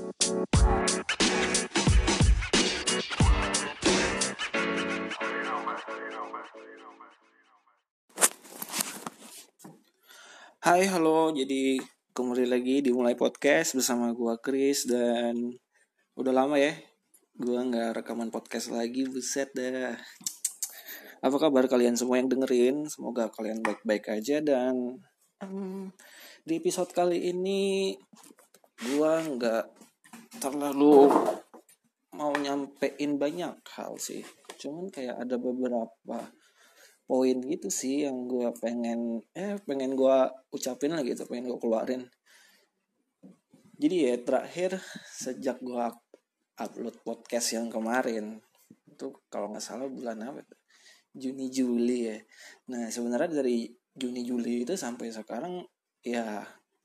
Hai, halo. Jadi kembali lagi di Mulai Podcast bersama gua Chris dan udah lama ya gua nggak rekaman podcast lagi, buset dah. Apa kabar kalian semua yang dengerin? Semoga kalian baik-baik aja dan di episode kali ini gua nggak terlalu mau nyampein banyak hal sih. Cuman kayak ada beberapa poin gitu sih yang gue pengen gue ucapin lah gitu, pengen gue keluarin. Jadi ya terakhir sejak gue upload podcast yang kemarin itu kalau nggak salah bulan apa tuh? Juni Juli ya. Nah sebenarnya dari Juni Juli itu sampai sekarang ya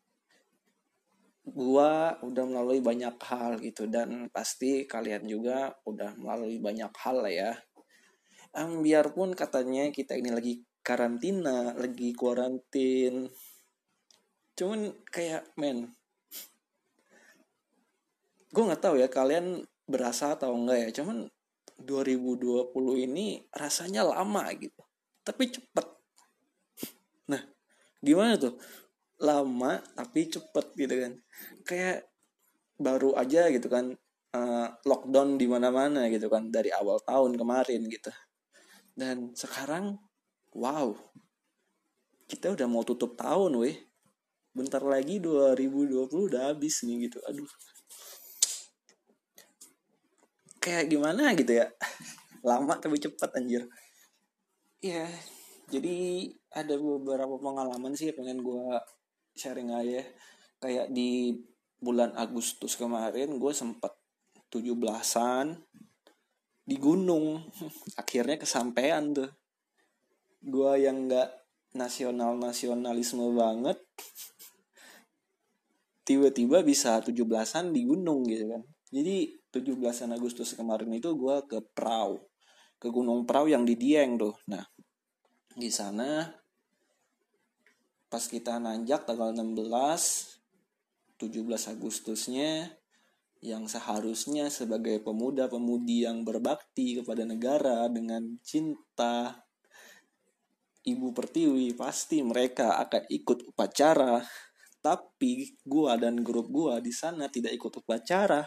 gue udah melalui banyak hal gitu, dan pasti kalian juga udah melalui banyak hal lah ya. Biarpun katanya kita ini lagi karantina, lagi kuarantin, cuman kayak gue nggak tahu ya kalian berasa atau enggak ya, cuman 2020 ini rasanya lama gitu, tapi cepet. Nah, gimana tuh? Lama tapi cepet gitu kan. Kayak baru aja gitu kan, lockdown di mana-mana gitu kan dari awal tahun kemarin gitu. Dan sekarang wow, kita udah mau tutup tahun weh. Bentar lagi 2020 udah habis nih gitu. Aduh. Kayak gimana gitu ya. Lama tapi cepet anjir. Iya. Jadi ada beberapa pengalaman sih pengen gue sharing aja. Kayak di bulan Agustus kemarin gue sempet 17-an di gunung. Akhirnya kesampean tuh. Gue yang gak nasionalisme banget, tiba-tiba bisa 17-an di gunung gitu kan. Jadi 17-an Agustus kemarin itu gue ke Gunung Prau yang di Dieng tuh. Nah di sana pas kita nanjak tanggal 17 Agustusnya, yang seharusnya sebagai pemuda-pemudi yang berbakti kepada negara dengan cinta Ibu Pertiwi, pasti mereka akan ikut upacara. Tapi gua dan grup gua di sana tidak ikut upacara.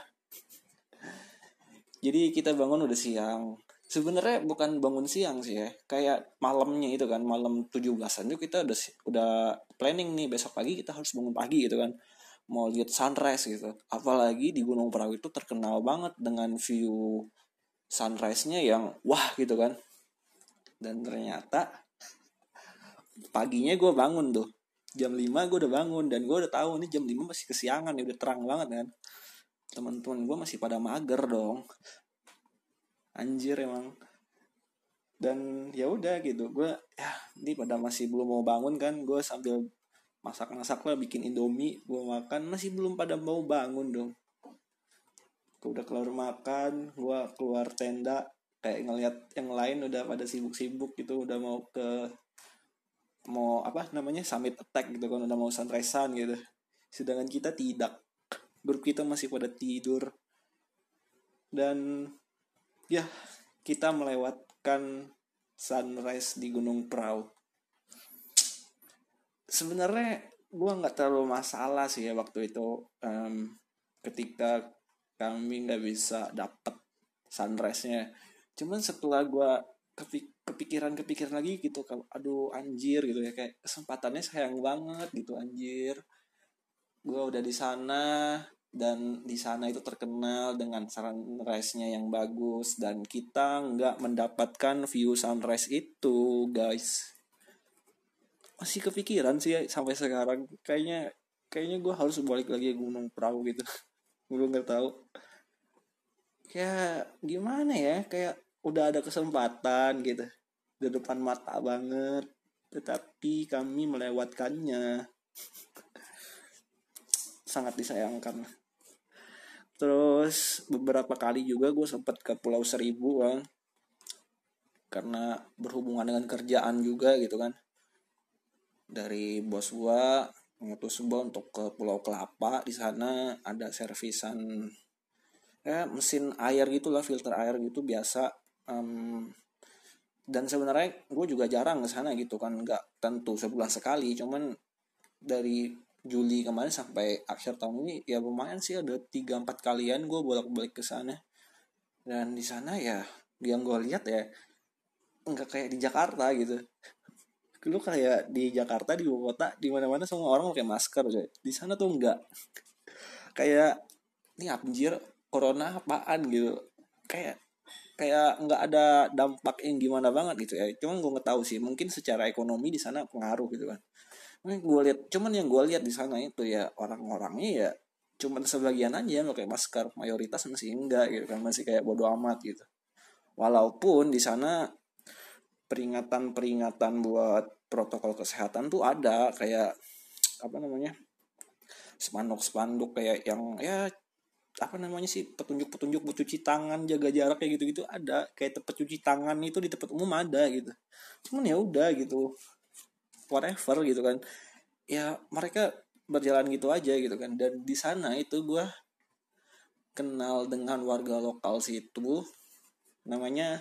Jadi kita bangun udah siang. Sebenarnya bukan bangun siang sih ya. Kayak malamnya itu kan, malam 17-an itu kita udah planning nih, besok pagi kita harus bangun pagi gitu kan. Mau lihat sunrise gitu. Apalagi di Gunung Prau itu terkenal banget dengan view sunrise-nya yang wah gitu kan. Dan ternyata paginya gue bangun tuh jam 5 gue udah bangun, dan gue udah tahu nih jam 5 masih kesiangan nih, udah terang banget kan. Teman-teman gue masih pada mager dong, anjir emang. Dan ya udah gitu, gue ya ini pada masih belum mau bangun kan, gue sambil masak lah, bikin indomie gue makan, masih belum pada mau bangun dong. Gue udah keluar makan, gue keluar tenda, kayak ngeliat yang lain udah pada sibuk-sibuk gitu, udah mau summit attack gitu kan, udah mau sunrise-an gitu. Sedangkan kita tidak, grup kita masih pada tidur. Dan ya kita melewatkan sunrise di Gunung Prau. Sebenarnya gue nggak terlalu masalah sih ya waktu itu, ketika kami nggak bisa dapet sunrise-nya. Cuman setelah gue kepikiran lagi gitu, aduh anjir gitu ya, kayak kesempatannya sayang banget gitu anjir. Gue udah di sana, dan di sana itu terkenal dengan sunrise-nya yang bagus, dan kita nggak mendapatkan view sunrise itu guys. Masih kepikiran sih sampai sekarang, kayaknya gue harus balik lagi ke Gunung Prau gitu. Gue nggak tahu kayak gimana ya, kayak udah ada kesempatan gitu di depan mata banget, tetapi kami melewatkannya. Sangat disayangkan. Terus beberapa kali juga gue sempat ke Pulau Seribu kan, karena berhubungan dengan kerjaan juga gitu kan. Dari bos gue Terus gue untuk ke Pulau Kelapa, di sana ada servisan mesin air gitulah, filter air gitu biasa. Em, dan sebenarnya gue juga jarang ke sana gitu kan, nggak tentu sebulan sekali, cuman dari Juli kemarin sampai akhir tahun ini ya lumayan sih, ada 3-4 kalian gue bolak-balik ke sana. Dan di sana ya yang gue lihat ya nggak kayak di Jakarta gitu. Lu kayak di Jakarta, di ibu kota, di mana-mana semua orang pakai masker coy. Di sana tuh enggak. Kayak ini anjir, corona apaan gitu. Kayak kayak nggak ada dampak yang gimana banget gitu ya. Cuman gue nggak tahu sih, mungkin secara ekonomi di sana pengaruh gitu kan. Cuman yang gue lihat di sana itu ya orang-orangnya ya cuman sebagian aja yang pakai masker, mayoritas masih enggak gitu kan, masih kayak bodo amat gitu. Walaupun di sana peringatan-peringatan buat protokol kesehatan tuh ada, kayak apa namanya, spanduk-spanduk kayak yang ya apa namanya sih, petunjuk-petunjuk buat cuci tangan, jaga jarak kayak gitu-gitu ada, kayak tempat cuci tangan itu di tempat umum ada gitu. Cuman ya udah gitu, whatever gitu kan, ya mereka berjalan gitu aja gitu kan. Dan di sana itu gue kenal dengan warga lokal situ, namanya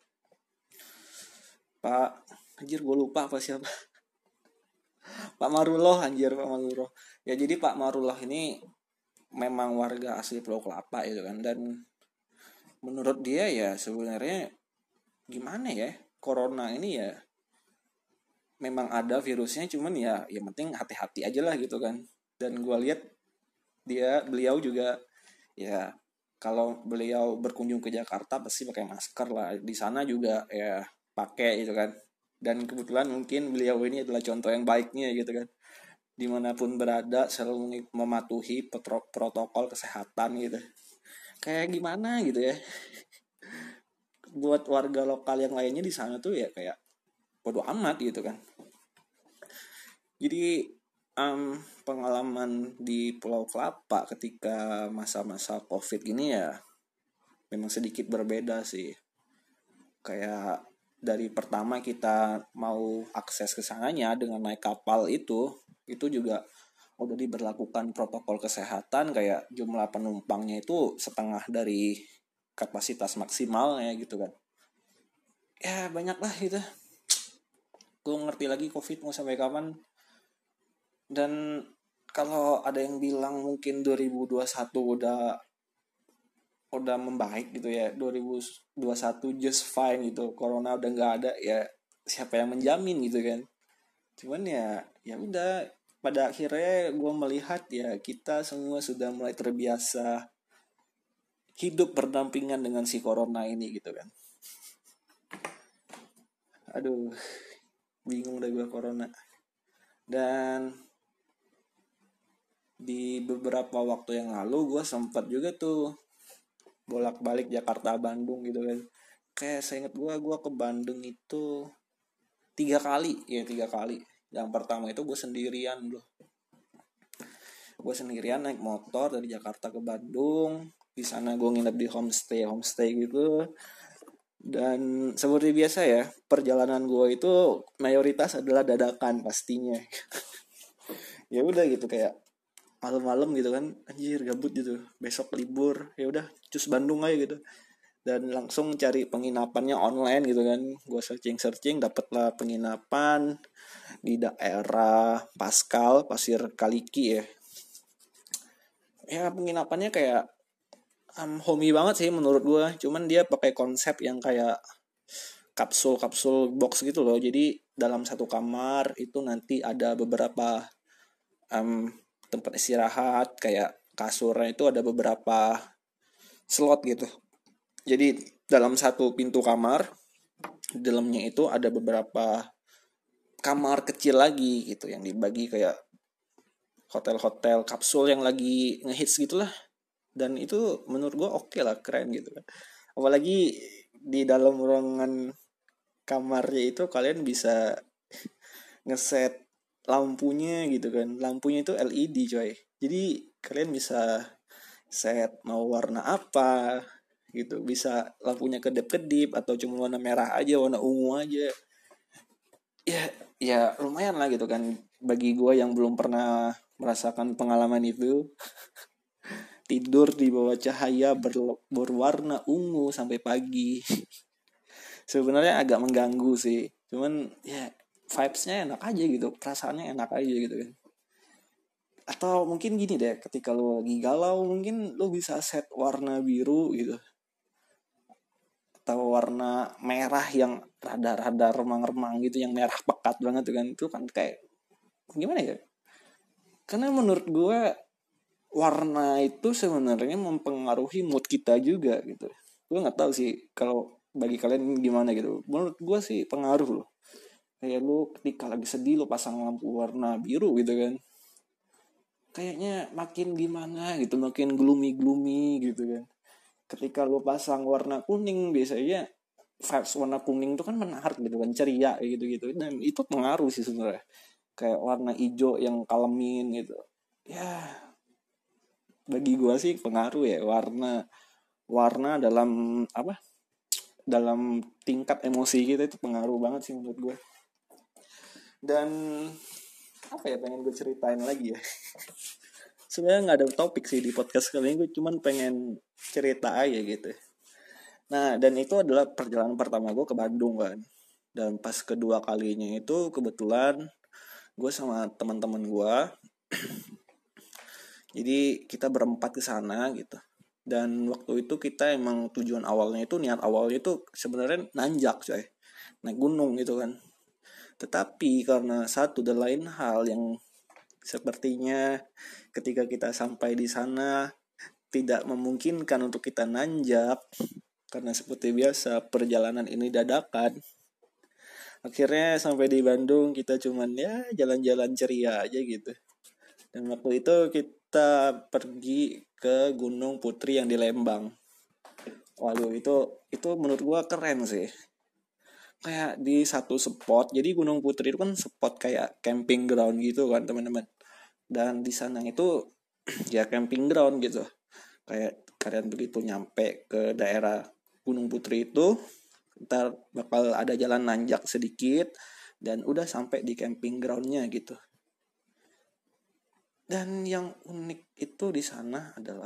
Pak, anjir gue lupa apa siapa. Pak Marullah, anjir, Pak Marullah. Ya jadi Pak Marullah ini memang warga asli Pulau Kelapa gitu kan. Dan menurut dia ya sebenarnya gimana ya, corona ini ya memang ada virusnya, cuman ya yang penting hati-hati aja lah gitu kan. Dan gue lihat beliau juga ya, kalau beliau berkunjung ke Jakarta pasti pakai masker lah. Di sana juga ya pakai gitu kan. Dan kebetulan mungkin beliau ini adalah contoh yang baiknya gitu kan, dimanapun berada selalu mematuhi protokol kesehatan gitu. Kayak gimana gitu ya, buat warga lokal yang lainnya di sana tuh ya kayak bodo amat gitu kan. Jadi pengalaman di Pulau Kelapa ketika masa-masa COVID gini ya memang sedikit berbeda sih. Kayak dari pertama kita mau akses ke sananya dengan naik kapal itu juga udah diberlakukan protokol kesehatan, kayak jumlah penumpangnya itu setengah dari kapasitas maksimal ya gitu kan. Ya banyak lah gitu. Gue ngerti lagi COVID mau sampai kapan. Dan kalau ada yang bilang mungkin 2021 udah membaik gitu ya, 2021 just fine gitu, corona udah nggak ada ya, siapa yang menjamin gitu kan. Cuman ya udah, pada akhirnya gue melihat ya kita semua sudah mulai terbiasa hidup berdampingan dengan si corona ini gitu kan. Aduh, bingung dah gue corona. Dan di beberapa waktu yang lalu gue sempat juga tuh bolak-balik Jakarta Bandung gitu kan. Kayak saya ingat gue ke Bandung itu 3 kali. Yang pertama itu gue sendirian loh. Gue sendirian naik motor dari Jakarta ke Bandung. Di sana gue nginep di homestay gitu. Dan seperti biasa ya, perjalanan gue itu mayoritas adalah dadakan pastinya. Ya udah gitu, kayak malam-malam gitu kan, anjir gabut gitu, besok libur, ya udah cus Bandung aja gitu. Dan langsung cari penginapannya online gitu kan. Gue searching dapatlah penginapan di daerah Pasir Kaliki ya. Ya penginapannya kayak homey banget sih menurut gue. Cuman dia pakai konsep yang kayak kapsul box gitu loh. Jadi dalam satu kamar itu nanti ada beberapa tempat istirahat, kayak kasurnya itu ada beberapa slot gitu. Jadi dalam satu pintu kamar, di dalamnya itu ada beberapa kamar kecil lagi gitu yang dibagi kayak hotel-hotel kapsul yang lagi ngehits gitulah. Dan itu menurut gue oke lah, keren gitu kan. Apalagi di dalam ruangan kamarnya itu kalian bisa ngeset lampunya gitu kan. Lampunya itu LED coy. Jadi kalian bisa set mau warna apa gitu. Bisa lampunya kedip-kedip atau cuma warna merah aja, warna ungu aja. Ya ya lumayan lah gitu kan, bagi gue yang belum pernah merasakan pengalaman itu. Tidur di bawah cahaya berwarna ungu sampai pagi. Sebenarnya agak mengganggu sih, cuman ya vibes-nya enak aja gitu, perasaannya enak aja gitu kan. Atau mungkin gini deh, ketika lo lagi galau mungkin lo bisa set warna biru gitu, atau warna merah yang rada-rada remang-remang gitu, yang merah pekat banget tuh kan. Itu kan kayak gimana ya, karena menurut gue warna itu sebenarnya mempengaruhi mood kita juga gitu. Gue nggak tahu sih kalau bagi kalian gimana gitu. Menurut gue sih pengaruh loh. Kayak lu ketika lagi sedih lu pasang lampu warna biru gitu kan, kayaknya makin gimana gitu, makin gloomy gitu kan. Ketika lu pasang warna kuning, biasanya vibes warna kuning itu kan menarik gitu kan, ceria gitu gitu, dan itu pengaruh sih sebenarnya. Kayak warna hijau yang kalemin gitu ya, bagi gua sih pengaruh ya. Warna warna dalam apa, dalam tingkat emosi kita itu pengaruh banget sih menurut gua. Dan apa ya, pengen gue ceritain lagi ya. Sebenarnya nggak ada topik sih di podcast kali ini, gue cuman pengen cerita aja gitu. Nah, dan itu adalah perjalanan pertama gue ke Bandung kan. Dan pas kedua kalinya itu kebetulan gue sama teman-teman gue. Jadi kita berempat ke sana gitu. Dan waktu itu kita emang tujuan awalnya itu, niat awalnya itu sebenarnya nanjak coy, naik gunung gitu kan. Tetapi karena satu dan lain hal yang sepertinya ketika kita sampai di sana tidak memungkinkan untuk kita nanjak, karena seperti biasa perjalanan ini dadakan. Akhirnya sampai di Bandung kita cuman ya jalan-jalan ceria aja gitu. Dan waktu itu kita pergi ke Gunung Putri yang di Lembang. Waduh, itu menurut gua keren sih. Kayak di satu spot. Jadi Gunung Putri itu kan spot kayak camping ground gitu kan, teman-teman. Dan di sana itu ya camping ground gitu. Kayak kalian begitu nyampe ke daerah Gunung Putri itu, ntar bakal ada jalan nanjak sedikit dan udah sampai di camping groundnya gitu. Dan yang unik itu di sana adalah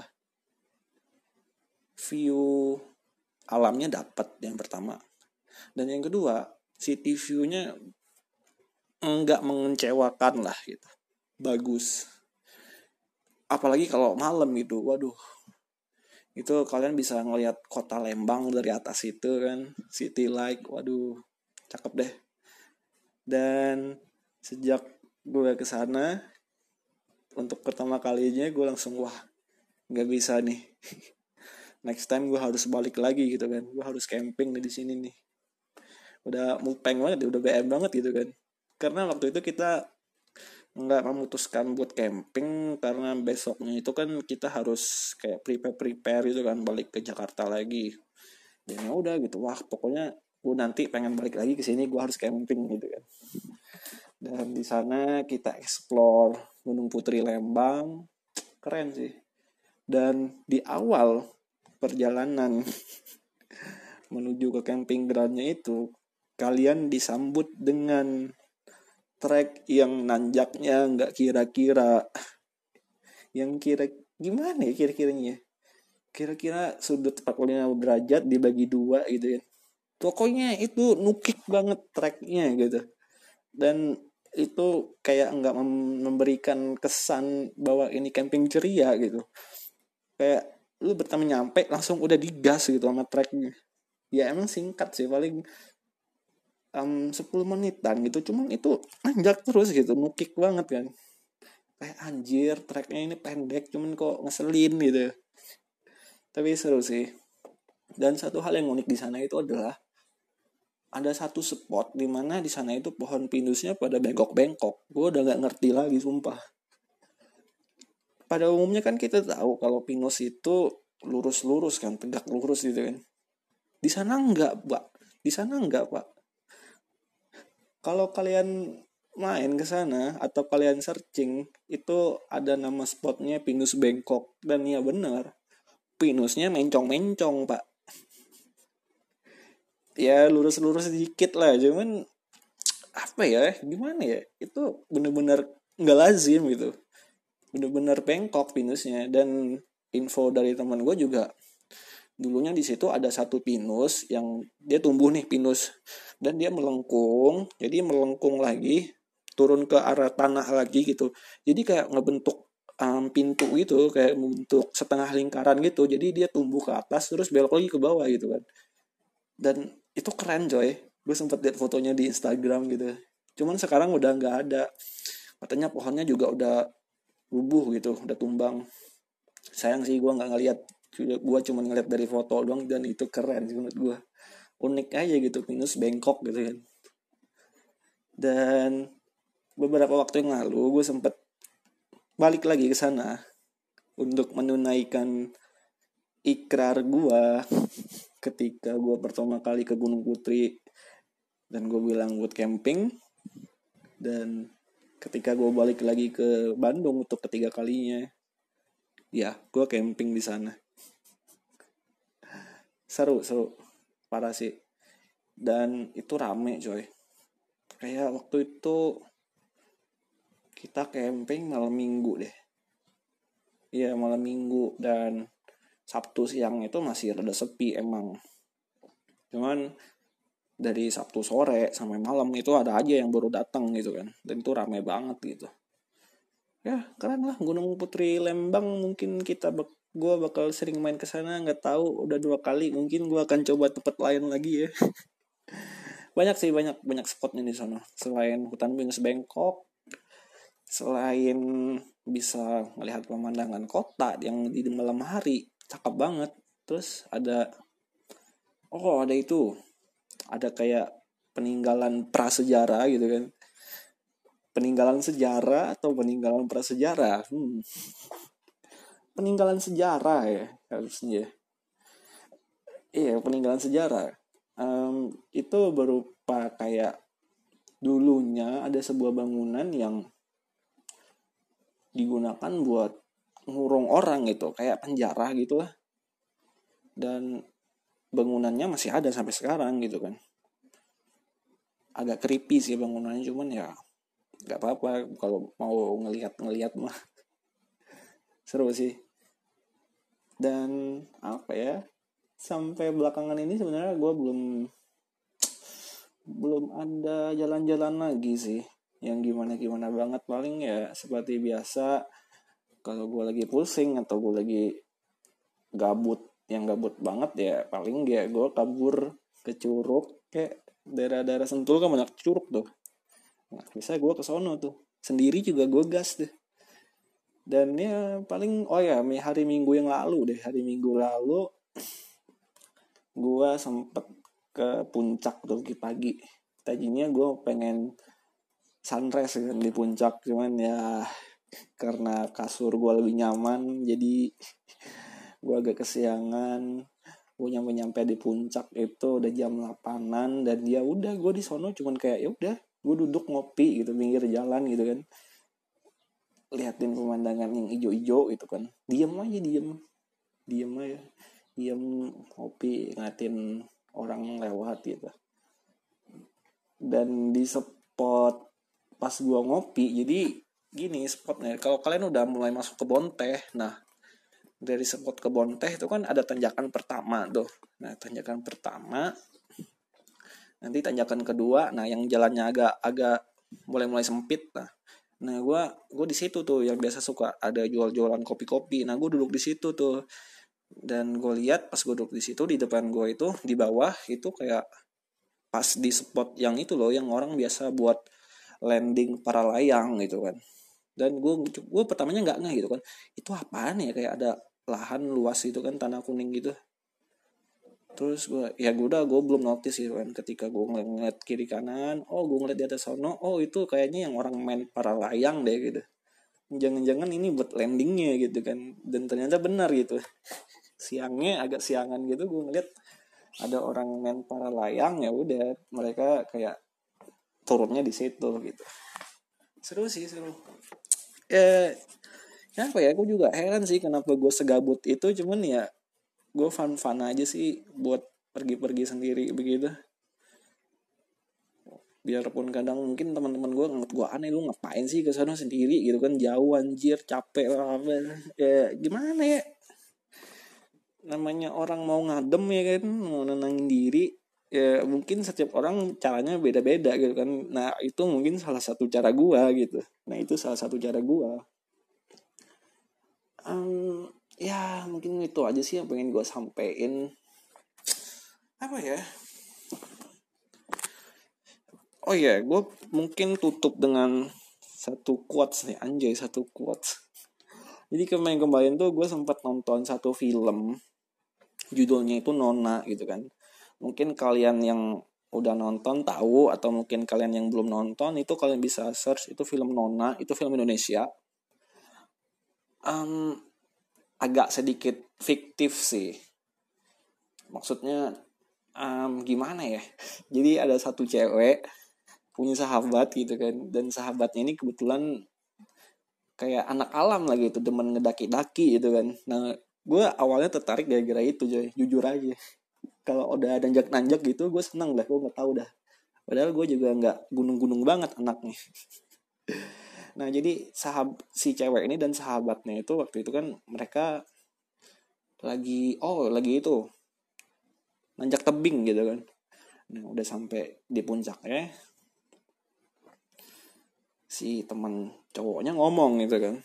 view alamnya dapat yang pertama. Dan yang kedua, city view-nya enggak mengecewakan lah gitu. Bagus. Apalagi kalau malam gitu. Waduh. Itu kalian bisa ngelihat kota Lembang dari atas itu kan. City light. Waduh. Cakep deh. Dan sejak gue kesana, untuk pertama kalinya gue langsung wah, nggak bisa nih. Next time gue harus balik lagi gitu kan. Gue harus camping nih di sini nih. Udah mupeng banget, udah BM banget gitu kan. Karena waktu itu kita nggak memutuskan buat camping karena besoknya itu kan kita harus kayak prepare itu kan, balik ke Jakarta lagi. Dan ya udah gitu, wah pokoknya gue nanti pengen balik lagi ke sini, gue harus camping gitu kan. Dan di sana kita explore Gunung Putri Lembang, keren sih. Dan di awal perjalanan menuju ke camping groundnya itu, kalian disambut dengan trek yang nanjaknya nggak kira-kira, yang gimana ya kira-kira sudut 45 derajat dibagi dua gitu ya. Pokoknya itu nukik banget treknya gitu. Dan itu kayak nggak memberikan kesan bahwa ini camping ceria gitu. Kayak lu pertama nyampe langsung udah digas gitu sama treknya. Ya emang singkat sih, paling 10 menitan gitu, cuman itu nanjak terus gitu, nukik banget kan. Kayak anjir, treknya ini pendek cuman kok ngeselin gitu. Tapi seru sih. Dan satu hal yang unik di sana itu adalah ada satu spot di mana di sana itu pohon pinusnya pada bengkok-bengkok. Gue udah nggak ngerti lagi sumpah. Pada umumnya kan kita tahu kalau pinus itu lurus-lurus kan, tegak lurus gitu kan. Di sana enggak, Pak. Di sana enggak, Pak. Kalau kalian main ke sana atau kalian searching, itu ada nama spotnya pinus bengkok. Dan ya benar, pinusnya mencong-mencong, Pak. Ya lurus-lurus sedikit lah, cuman apa ya, gimana ya, itu bener-bener nggak lazim gitu, bener-bener bengkok pinusnya. Dan info dari teman gue juga, dulunya di situ ada satu pinus yang dia tumbuh nih pinus, dan dia melengkung, jadi melengkung lagi turun ke arah tanah lagi gitu, jadi kayak ngebentuk pintu gitu, kayak membentuk setengah lingkaran gitu, jadi dia tumbuh ke atas terus belok lagi ke bawah gitu kan. Dan itu keren coy, gue sempet lihat fotonya di Instagram gitu. Cuman sekarang udah nggak ada, katanya pohonnya juga udah rubuh gitu, udah tumbang. Sayang sih gue nggak ngeliat, gue cuma ngeliat dari foto doang, dan itu keren sih menurut gue, unik aja gitu pinus bengkok gitu kan. Dan beberapa waktu yang lalu gue sempet balik lagi ke sana untuk menunaikan ikrar gue ketika gue pertama kali ke Gunung Putri, dan gue bilang buat camping. Dan ketika gue balik lagi ke Bandung untuk ketiga kalinya, ya gue camping di sana. Seru parah sih. Dan itu rame coy, kayak waktu itu kita camping malam minggu deh. Iya malam minggu, dan Sabtu siang itu masih rada sepi emang. Cuman dari Sabtu sore sampai malam itu ada aja yang baru datang gitu kan, dan itu rame banget gitu. Ya keren lah Gunung Putri Lembang. Mungkin gue bakal sering main ke sana, nggak tahu udah 2 kali, mungkin gue akan coba tempat lain lagi ya. Banyak sih, banyak spotnya di sana selain hutan pinus bengkok, selain bisa melihat pemandangan kota yang di malam hari cakep banget. Terus ada itu ada kayak peninggalan prasejarah gitu kan, peninggalan sejarah atau peninggalan prasejarah, peninggalan sejarah ya harusnya. Iya peninggalan sejarah. Itu berupa kayak dulunya ada sebuah bangunan yang digunakan buat ngurung orang gitu, kayak penjara gitu lah. Dan bangunannya masih ada sampai sekarang gitu kan. Agak creepy sih bangunannya, cuman ya nggak apa-apa kalau mau ngelihat mah. Seru sih. Dan apa ya, sampai belakangan ini sebenarnya gue belum ada jalan-jalan lagi sih yang gimana banget. Paling ya seperti biasa, kalau gue lagi pusing atau gue lagi gabut banget ya, paling ya gue kabur ke Curug, kayak daerah-daerah Sentul kan banyak curug tuh. Nah bisa gue ke sono tuh sendiri juga gue gas deh. Dan ya paling hari Minggu lalu gue sempet ke puncak tuh pagi. Tadinya gue pengen sunrise kan di puncak, cuman ya karena kasur gue lebih nyaman jadi gue agak kesiangan. Gue nyampe di puncak itu udah jam 8-an, dan ya udah gue di sono cuman kayak ya udah gue duduk ngopi gitu pinggir jalan gitu kan, liatin pemandangan yang ijo-ijo gitu kan, diem aja ngopi ngatin orang lewat gitu. Dan di spot pas gua ngopi, jadi gini spotnya, kalau kalian udah mulai masuk kebun teh, nah dari spot kebun teh itu kan ada tanjakan pertama tuh. Nah tanjakan pertama, nanti tanjakan kedua, nah yang jalannya agak mulai sempit. Nah gue di situ tuh yang biasa suka ada jualan kopi-kopi. Nah gue duduk di situ tuh, dan gue lihat pas gue duduk di situ, di depan gue itu di bawah itu kayak pas di spot yang itu loh, yang orang biasa buat landing para layang gitu kan. Dan gue pertamanya nggak ngeh gitu kan, itu apaan ya, kayak ada lahan luas itu kan, tanah kuning gitu. Terus gue belum notice gitu kan, ketika gue ngeliat kiri kanan, gue ngeliat di atas sono, itu kayaknya yang orang main para layang deh gitu, jangan-jangan ini buat landingnya gitu kan. Dan ternyata benar gitu, siangnya agak siangan gitu gue ngeliat ada orang main para layang. Ya udah mereka kayak turunnya di situ gitu. Seru apa ya, aku juga heran sih kenapa gue segabut itu. Cuman ya gue fun aja sih buat pergi-pergi sendiri begitu. biarpun kadang mungkin teman-teman gue nganggep gue aneh, lu ngapain sih ke sana sendiri gitu kan, jauh anjir, capek lah, ya gimana ya, namanya orang mau ngadem ya kan, mau nenangin diri, ya mungkin setiap orang caranya beda-beda gitu kan. Nah itu mungkin salah satu cara gue gitu. Ya mungkin itu aja sih yang pengen gue sampein. Apa ya, oh iya, gue mungkin tutup dengan satu quotes nih, anjay, satu quotes. Jadi kemarin tuh gue sempat nonton satu film, judulnya itu Nona gitu kan. Mungkin kalian yang udah nonton tahu, atau mungkin kalian yang belum nonton, itu kalian bisa search, itu film Nona, itu film Indonesia. Agak sedikit fiktif sih. Maksudnya gimana ya? Jadi ada satu cewek punya sahabat gitu kan, dan sahabatnya ini kebetulan kayak anak alam lah gitu, demen ngedaki-daki gitu kan. Nah gue awalnya tertarik gara-gara itu, coy, jujur aja. Kalau udah nanjak-nanjak gitu gue seneng dah, gue nggak tahu dah, padahal gue juga nggak gunung-gunung banget anaknya. Nah jadi si cewek ini dan sahabatnya itu waktu itu kan mereka lagi itu nanjak tebing gitu kan. Nah udah sampai di puncaknya, si teman cowoknya ngomong gitu kan,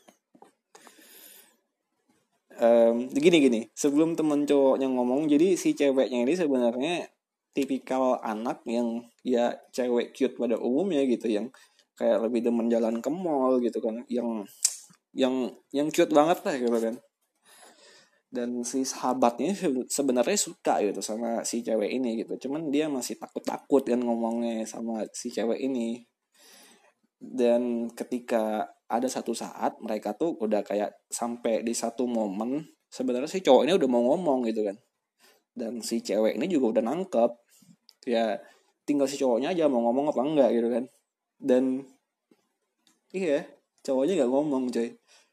gini sebelum teman cowoknya ngomong, jadi si ceweknya ini sebenarnya tipikal anak yang ya cewek cute pada umumnya gitu, yang kayak lebih demen jalan ke mall gitu kan, yang cute banget lah gitu kan. Dan si sahabatnya sebenarnya suka gitu sama si cewek ini gitu, cuman dia masih takut kan ngomongnya sama si cewek ini. Dan ketika ada satu saat mereka tuh udah kayak sampai di satu momen, sebenarnya si cowok ini udah mau ngomong gitu kan, dan si cewek ini juga udah nangkep, ya tinggal si cowoknya aja mau ngomong apa enggak gitu kan. Dan iya, cowoknya nggak ngomong, coy.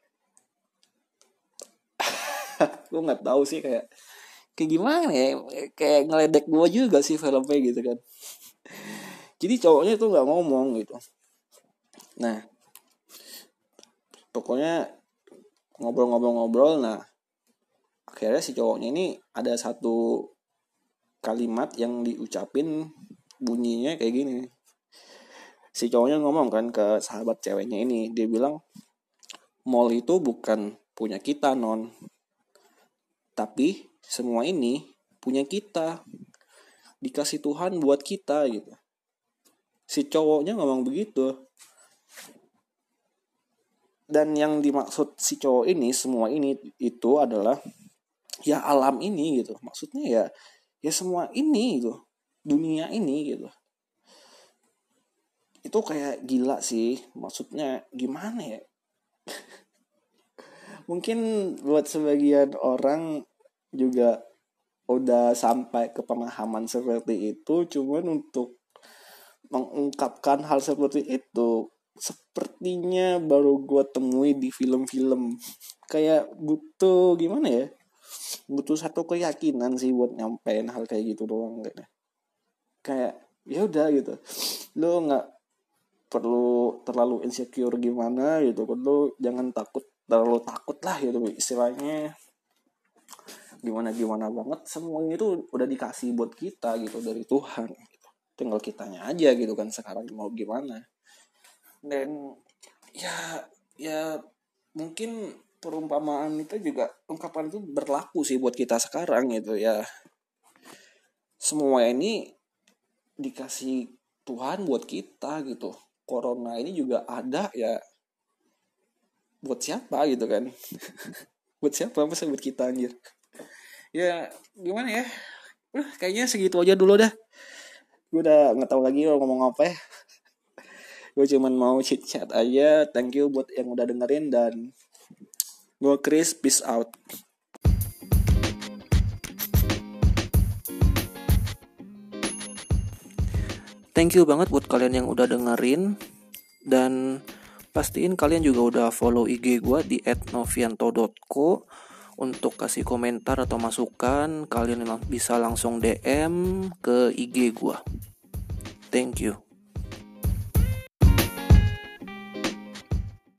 Gue nggak tahu sih, kayak gimana ya, kayak ngeledek gue juga sih filmnya gitu kan. Jadi cowoknya tuh nggak ngomong gitu. Nah pokoknya ngobrol. Nah akhirnya si cowoknya ini ada satu kalimat yang diucapin, bunyinya kayak gini. Si cowoknya ngomong kan ke sahabat ceweknya ini, dia bilang, mall itu bukan punya kita, non, tapi semua ini punya kita, dikasih Tuhan buat kita gitu. Si cowoknya ngomong begitu. Dan yang dimaksud si cowok ini, semua ini itu adalah ya alam ini gitu. Maksudnya ya semua ini gitu, dunia ini gitu. Itu kayak gila sih. Maksudnya gimana ya? Mungkin buat sebagian orang juga udah sampai ke pemahaman seperti itu, cuman untuk mengungkapkan hal seperti itu sepertinya baru gue temui di film-film. Kayak butuh gimana ya, butuh satu keyakinan sih buat nyampein hal kayak gitu doang. Kayak ya udah gitu, lo nggak perlu terlalu insecure gimana gitu, lo jangan terlalu takut lah gitu, istilahnya gimana banget. Semua itu udah dikasih buat kita gitu dari Tuhan gitu. Tinggal kitanya aja gitu kan sekarang mau gimana. Dan ya mungkin perumpamaan itu juga, ungkapan itu berlaku sih buat kita sekarang gitu ya. Semua ini dikasih Tuhan buat kita gitu. Corona ini juga ada ya buat siapa gitu kan. Buat siapa, masa buat kita anjir. Ya gimana ya, kayaknya segitu aja dulu dah. Gue udah gak tahu lagi ngomong apa ya. Gue cuman mau chit-chat aja. Thank you buat yang udah dengerin, dan gue Chris, peace out. Thank you banget buat kalian yang udah dengerin, dan pastiin kalian juga udah follow IG gue di @novianto.co. Untuk kasih komentar atau masukan, kalian bisa langsung DM ke IG gue. Thank you.